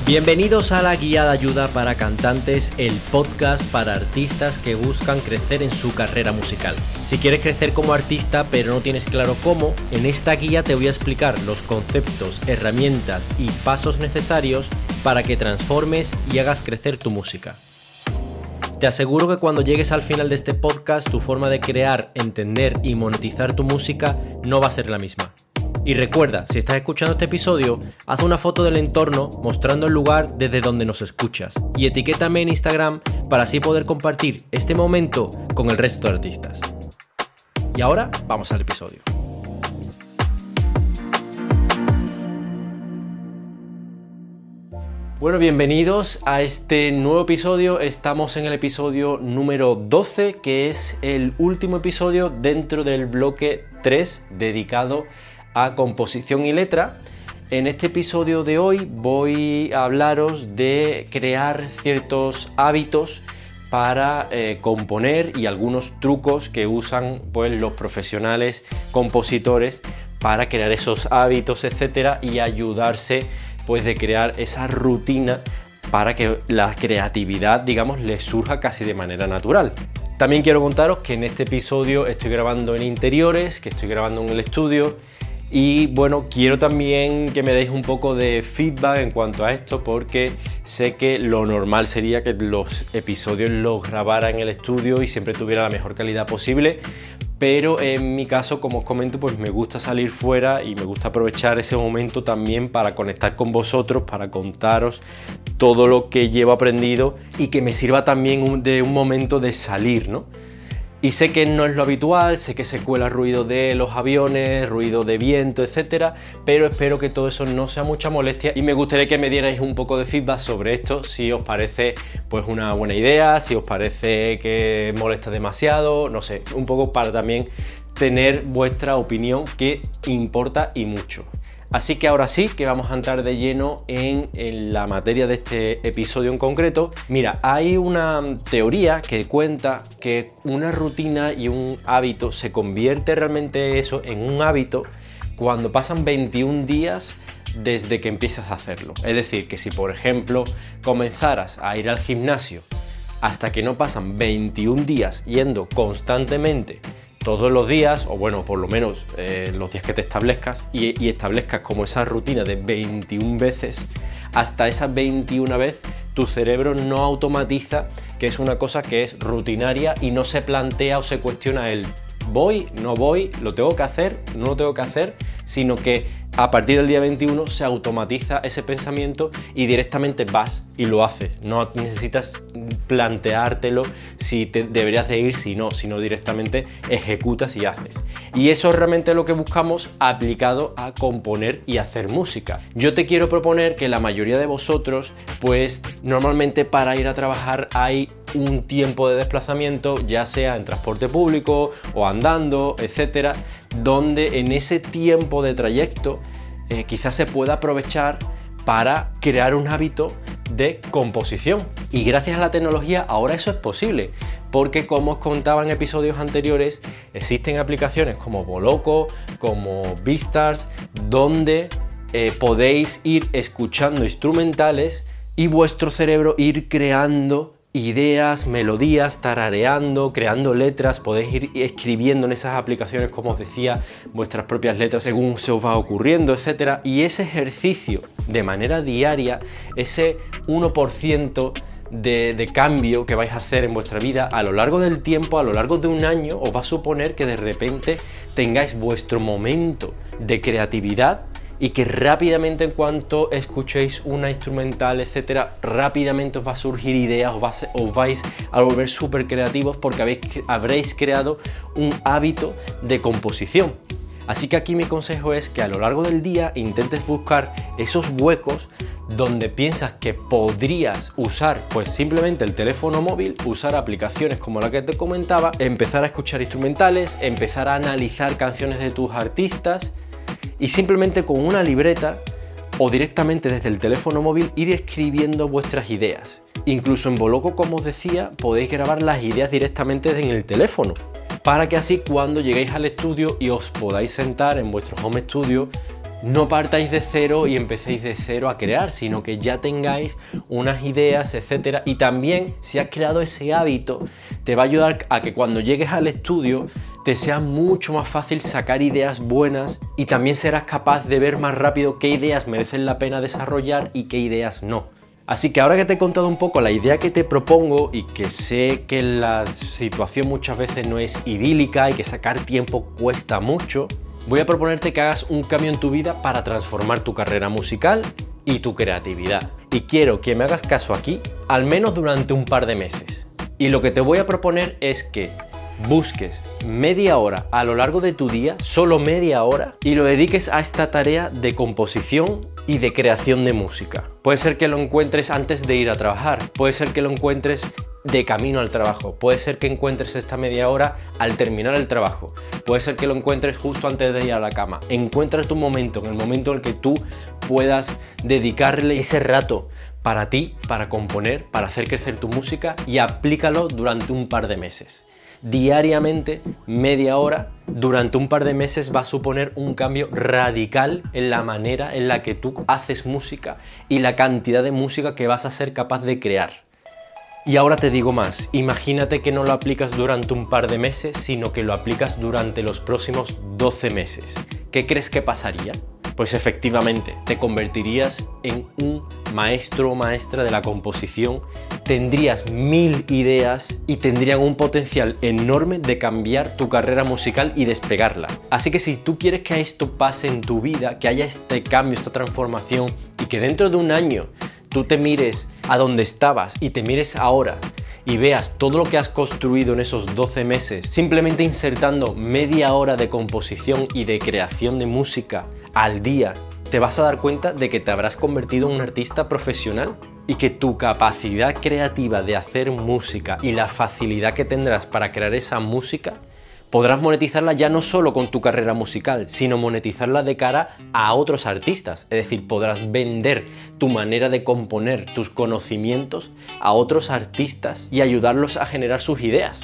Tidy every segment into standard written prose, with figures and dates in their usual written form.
Bienvenidos a La Guía de Ayuda para Cantantes, el podcast para artistas que buscan crecer en su carrera musical. Si quieres crecer como artista pero no tienes claro cómo, en esta guía te voy a explicar los conceptos, herramientas y pasos necesarios para que transformes y hagas crecer tu música. Te aseguro que cuando llegues al final de este podcast, tu forma de crear, entender y monetizar tu música no va a ser la misma. Y recuerda, si estás escuchando este episodio, haz una foto del entorno mostrando el lugar desde donde nos escuchas y etiquétame en Instagram para así poder compartir este momento con el resto de artistas. Y ahora vamos al episodio. Bueno, bienvenidos a este nuevo episodio. Estamos en el episodio número 12, que es el último episodio dentro del bloque 3 dedicado a composición y letra. En este episodio de hoy voy a hablaros de crear ciertos hábitos para componer y algunos trucos que usan pues, los profesionales compositores para crear esos hábitos, etcétera, y ayudarse pues de crear esa rutina para que la creatividad, digamos, les surja casi de manera natural. También quiero contaros que en este episodio estoy grabando en interiores, que estoy grabando en el estudio. Y bueno, quiero también que me deis un poco de feedback en cuanto a esto, porque sé que lo normal sería que los episodios los grabara en el estudio y siempre tuviera la mejor calidad posible, pero en mi caso, como os comento, pues me gusta salir fuera y me gusta aprovechar ese momento también para conectar con vosotros, para contaros todo lo que llevo aprendido y que me sirva también de un momento de salir, ¿no? Y sé que no es lo habitual, sé que se cuela ruido de los aviones, ruido de viento, etcétera, pero espero que todo eso no sea mucha molestia y me gustaría que me dierais un poco de feedback sobre esto, si os parece pues una buena idea, si os parece que molesta demasiado, no sé, un poco para también tener vuestra opinión, que importa y mucho. Así que ahora sí que vamos a entrar de lleno en la materia de este episodio en concreto. Mira, hay una teoría que cuenta que una rutina y un hábito se convierte realmente eso en un hábito cuando pasan 21 días desde que empiezas a hacerlo. Es decir, que si por ejemplo comenzaras a ir al gimnasio hasta que no pasan 21 días yendo constantemente todos los días, o bueno, por lo menos los días que te establezcas y establezcas como esa rutina de 21 veces, hasta esas 21 veces tu cerebro no automatiza que es una cosa que es rutinaria y no se plantea o se cuestiona el voy, no voy, lo tengo que hacer, no lo tengo que hacer, sino que a partir del día 21 se automatiza ese pensamiento y directamente vas y lo haces. No necesitas planteártelo si deberías de ir, si no, sino directamente ejecutas y haces. Y eso es realmente lo que buscamos aplicado a componer y hacer música. Yo te quiero proponer que la mayoría de vosotros, pues normalmente para ir a trabajar hay un tiempo de desplazamiento, ya sea en transporte público o andando, etcétera, donde en ese tiempo de trayecto quizás se pueda aprovechar para crear un hábito de composición. Y gracias a la tecnología ahora eso es posible, porque como os contaba en episodios anteriores, existen aplicaciones como Boloco, como Beatstars, donde podéis ir escuchando instrumentales y vuestro cerebro ir creando ideas, melodías, tarareando, creando letras. Podéis ir escribiendo en esas aplicaciones, como os decía, vuestras propias letras según se os va ocurriendo, etcétera. Y ese ejercicio de manera diaria, ese 1% de cambio que vais a hacer en vuestra vida a lo largo del tiempo, a lo largo de un año, os va a suponer que de repente tengáis vuestro momento de creatividad y que rápidamente, en cuanto escuchéis una instrumental, etcétera, rápidamente os va a surgir ideas, os vais a volver súper creativos porque habréis creado un hábito de composición. Así que aquí mi consejo es que a lo largo del día intentes buscar esos huecos donde piensas que podrías usar pues simplemente el teléfono móvil, usar aplicaciones como la que te comentaba, empezar a escuchar instrumentales, empezar a analizar canciones de tus artistas y simplemente con una libreta o directamente desde el teléfono móvil ir escribiendo vuestras ideas. Incluso en Boloco, como os decía, podéis grabar las ideas directamente en el teléfono, para que así cuando lleguéis al estudio y os podáis sentar en vuestro home studio no partáis de cero y empecéis de cero a crear, sino que ya tengáis unas ideas, etcétera. Y también, si has creado ese hábito, te va a ayudar a que cuando llegues al estudio te sea mucho más fácil sacar ideas buenas, y también serás capaz de ver más rápido qué ideas merecen la pena desarrollar y qué ideas no. Así que ahora que te he contado un poco la idea que te propongo, y que sé que la situación muchas veces no es idílica y que sacar tiempo cuesta mucho, voy a proponerte que hagas un cambio en tu vida para transformar tu carrera musical y tu creatividad. Y quiero que me hagas caso aquí, al menos durante un par de meses. Y lo que te voy a proponer es que busques media hora a lo largo de tu día, solo media hora, y lo dediques a esta tarea de composición y de creación de música. Puede ser que lo encuentres antes de ir a trabajar, puede ser que lo encuentres de camino al trabajo, puede ser que encuentres esta media hora al terminar el trabajo, puede ser que lo encuentres justo antes de ir a la cama. Encuentra tu momento, en el momento en el que tú puedas dedicarle ese rato para ti, para componer, para hacer crecer tu música, y aplícalo durante un par de meses. Diariamente, media hora, durante un par de meses va a suponer un cambio radical en la manera en la que tú haces música y la cantidad de música que vas a ser capaz de crear. Y ahora te digo más, imagínate que no lo aplicas durante un par de meses, sino que lo aplicas durante los próximos 12 meses. ¿Qué crees que pasaría? Pues efectivamente, te convertirías en un maestro o maestra de la composición, tendrías 1000 ideas y tendrían un potencial enorme de cambiar tu carrera musical y despegarla. Así que si tú quieres que esto pase en tu vida, que haya este cambio, esta transformación, y que dentro de un año tú te mires a donde estabas y te mires ahora y veas todo lo que has construido en esos 12 meses, simplemente insertando media hora de composición y de creación de música al día, te vas a dar cuenta de que te habrás convertido en un artista profesional, y que tu capacidad creativa de hacer música y la facilidad que tendrás para crear esa música podrás monetizarla ya no solo con tu carrera musical, sino monetizarla de cara a otros artistas. Es decir, podrás vender tu manera de componer, tus conocimientos a otros artistas y ayudarlos a generar sus ideas.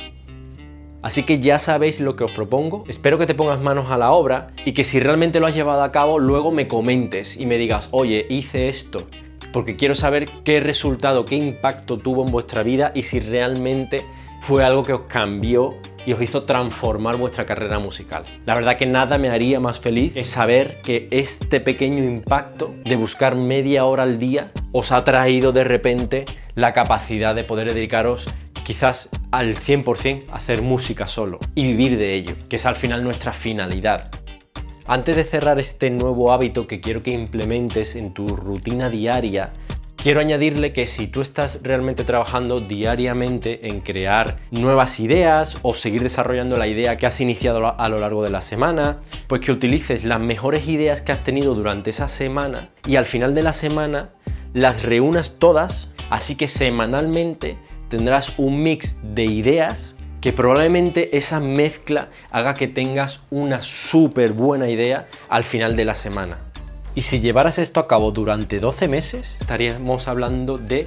Así que ya sabéis lo que os propongo. Espero que te pongas manos a la obra y que si realmente lo has llevado a cabo, luego me comentes y me digas: oye, hice esto, porque quiero saber qué resultado, qué impacto tuvo en vuestra vida y si realmente fue algo que os cambió y os hizo transformar vuestra carrera musical. La verdad que nada me haría más feliz que saber que este pequeño impacto de buscar media hora al día os ha traído de repente la capacidad de poder dedicaros quizás al 100% a hacer música solo y vivir de ello, que es al final nuestra finalidad. Antes de cerrar este nuevo hábito que quiero que implementes en tu rutina diaria, quiero añadirle que si tú estás realmente trabajando diariamente en crear nuevas ideas o seguir desarrollando la idea que has iniciado a lo largo de la semana, pues que utilices las mejores ideas que has tenido durante esa semana y al final de la semana las reúnas todas, así que semanalmente tendrás un mix de ideas que probablemente esa mezcla haga que tengas una súper buena idea al final de la semana. Y si llevaras esto a cabo durante 12 meses, estaríamos hablando de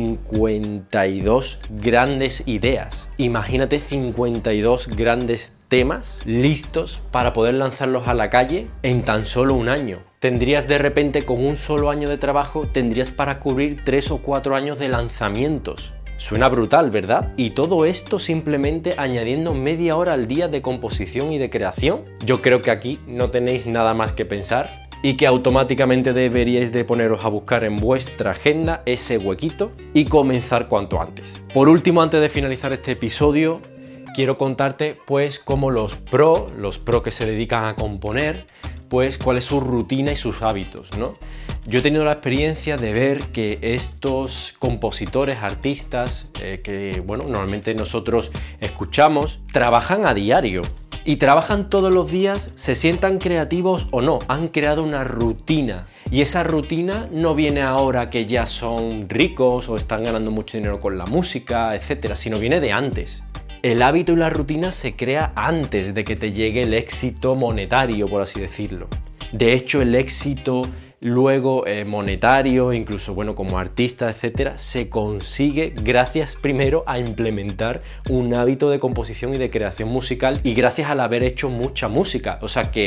52 grandes ideas. Imagínate 52 grandes temas listos para poder lanzarlos a la calle en tan solo un año. Tendrías de repente, con un solo año de trabajo, tendrías para cubrir 3 o 4 años de lanzamientos. Suena brutal, ¿verdad? Y todo esto simplemente añadiendo media hora al día de composición y de creación. Yo creo que aquí no tenéis nada más que pensar y que automáticamente deberíais de poneros a buscar en vuestra agenda ese huequito y comenzar cuanto antes. Por último, antes de finalizar este episodio, quiero contarte pues cómo los pro que se dedican a componer, pues cuál es su rutina y sus hábitos, ¿no? Yo he tenido la experiencia de ver que estos compositores, artistas, que bueno, normalmente nosotros escuchamos, trabajan a diario. Y trabajan todos los días, se sientan creativos o no, han creado una rutina. Y esa rutina no viene ahora que ya son ricos o están ganando mucho dinero con la música, etcétera, sino viene de antes. El hábito y la rutina se crea antes de que te llegue el éxito monetario, por así decirlo. De hecho, el éxito luego monetario, incluso bueno, como artista, etcétera, se consigue gracias primero a implementar un hábito de composición y de creación musical y gracias al haber hecho mucha música. O sea que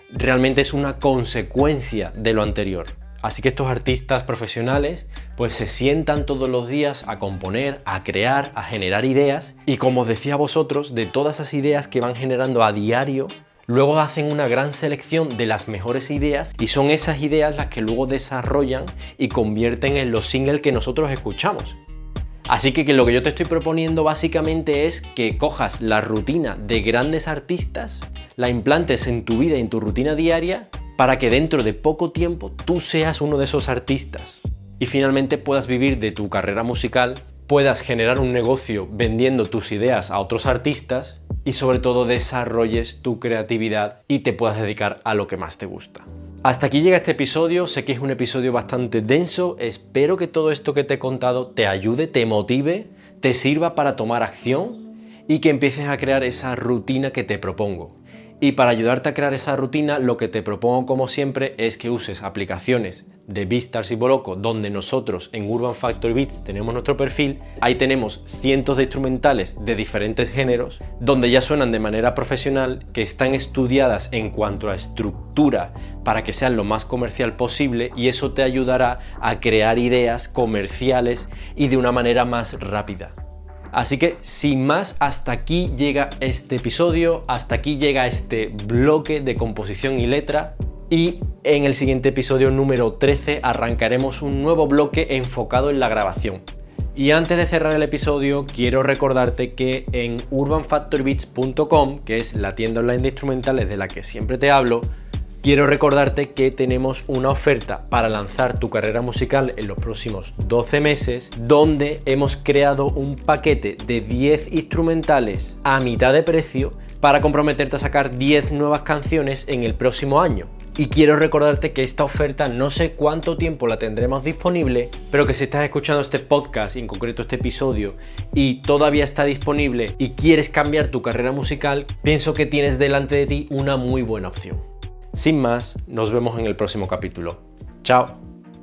realmente es una consecuencia de lo anterior. Así que estos artistas profesionales pues se sientan todos los días a componer, a crear, a generar ideas, y como os decía a vosotros, de todas esas ideas que van generando a diario, luego hacen una gran selección de las mejores ideas, y son esas ideas las que luego desarrollan y convierten en los singles que nosotros escuchamos. Así que lo que yo te estoy proponiendo básicamente es que cojas la rutina de grandes artistas, la implantes en tu vida y en tu rutina diaria, para que dentro de poco tiempo tú seas uno de esos artistas y finalmente puedas vivir de tu carrera musical, puedas generar un negocio vendiendo tus ideas a otros artistas y sobre todo desarrolles tu creatividad y te puedas dedicar a lo que más te gusta. Hasta aquí llega este episodio, sé que es un episodio bastante denso, espero que todo esto que te he contado te ayude, te motive, te sirva para tomar acción y que empieces a crear esa rutina que te propongo. Y para ayudarte a crear esa rutina, lo que te propongo como siempre es que uses aplicaciones de Beatstars y Boloco, donde nosotros en Urban Factory Beats tenemos nuestro perfil. Ahí tenemos cientos de instrumentales de diferentes géneros, donde ya suenan de manera profesional, que están estudiadas en cuanto a estructura para que sean lo más comercial posible, y eso te ayudará a crear ideas comerciales y de una manera más rápida. Así que sin más, hasta aquí llega este episodio, hasta aquí llega este bloque de composición y letra, y en el siguiente episodio número 13 arrancaremos un nuevo bloque enfocado en la grabación. Y antes de cerrar el episodio, quiero recordarte que en urbanfactorybeats.com, que es la tienda online de instrumentales de la que siempre te hablo, quiero recordarte que tenemos una oferta para lanzar tu carrera musical en los próximos 12 meses, donde hemos creado un paquete de 10 instrumentales a mitad de precio para comprometerte a sacar 10 nuevas canciones en el próximo año. Y quiero recordarte que esta oferta no sé cuánto tiempo la tendremos disponible, pero que si estás escuchando este podcast, y en concreto este episodio, y todavía está disponible y quieres cambiar tu carrera musical, pienso que tienes delante de ti una muy buena opción. Sin más, nos vemos en el próximo capítulo. ¡Chao!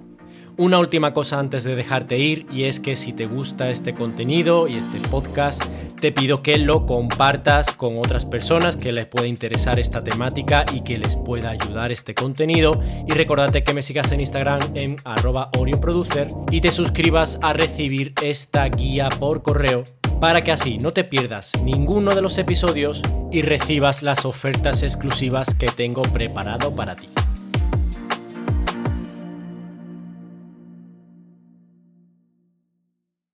Una última cosa antes de dejarte ir, y es que si te gusta este contenido y este podcast, te pido que lo compartas con otras personas que les pueda interesar esta temática y que les pueda ayudar este contenido. Y recordate que me sigas en Instagram en @orionproducer y te suscribas a recibir esta guía por correo, para que así no te pierdas ninguno de los episodios y recibas las ofertas exclusivas que tengo preparado para ti.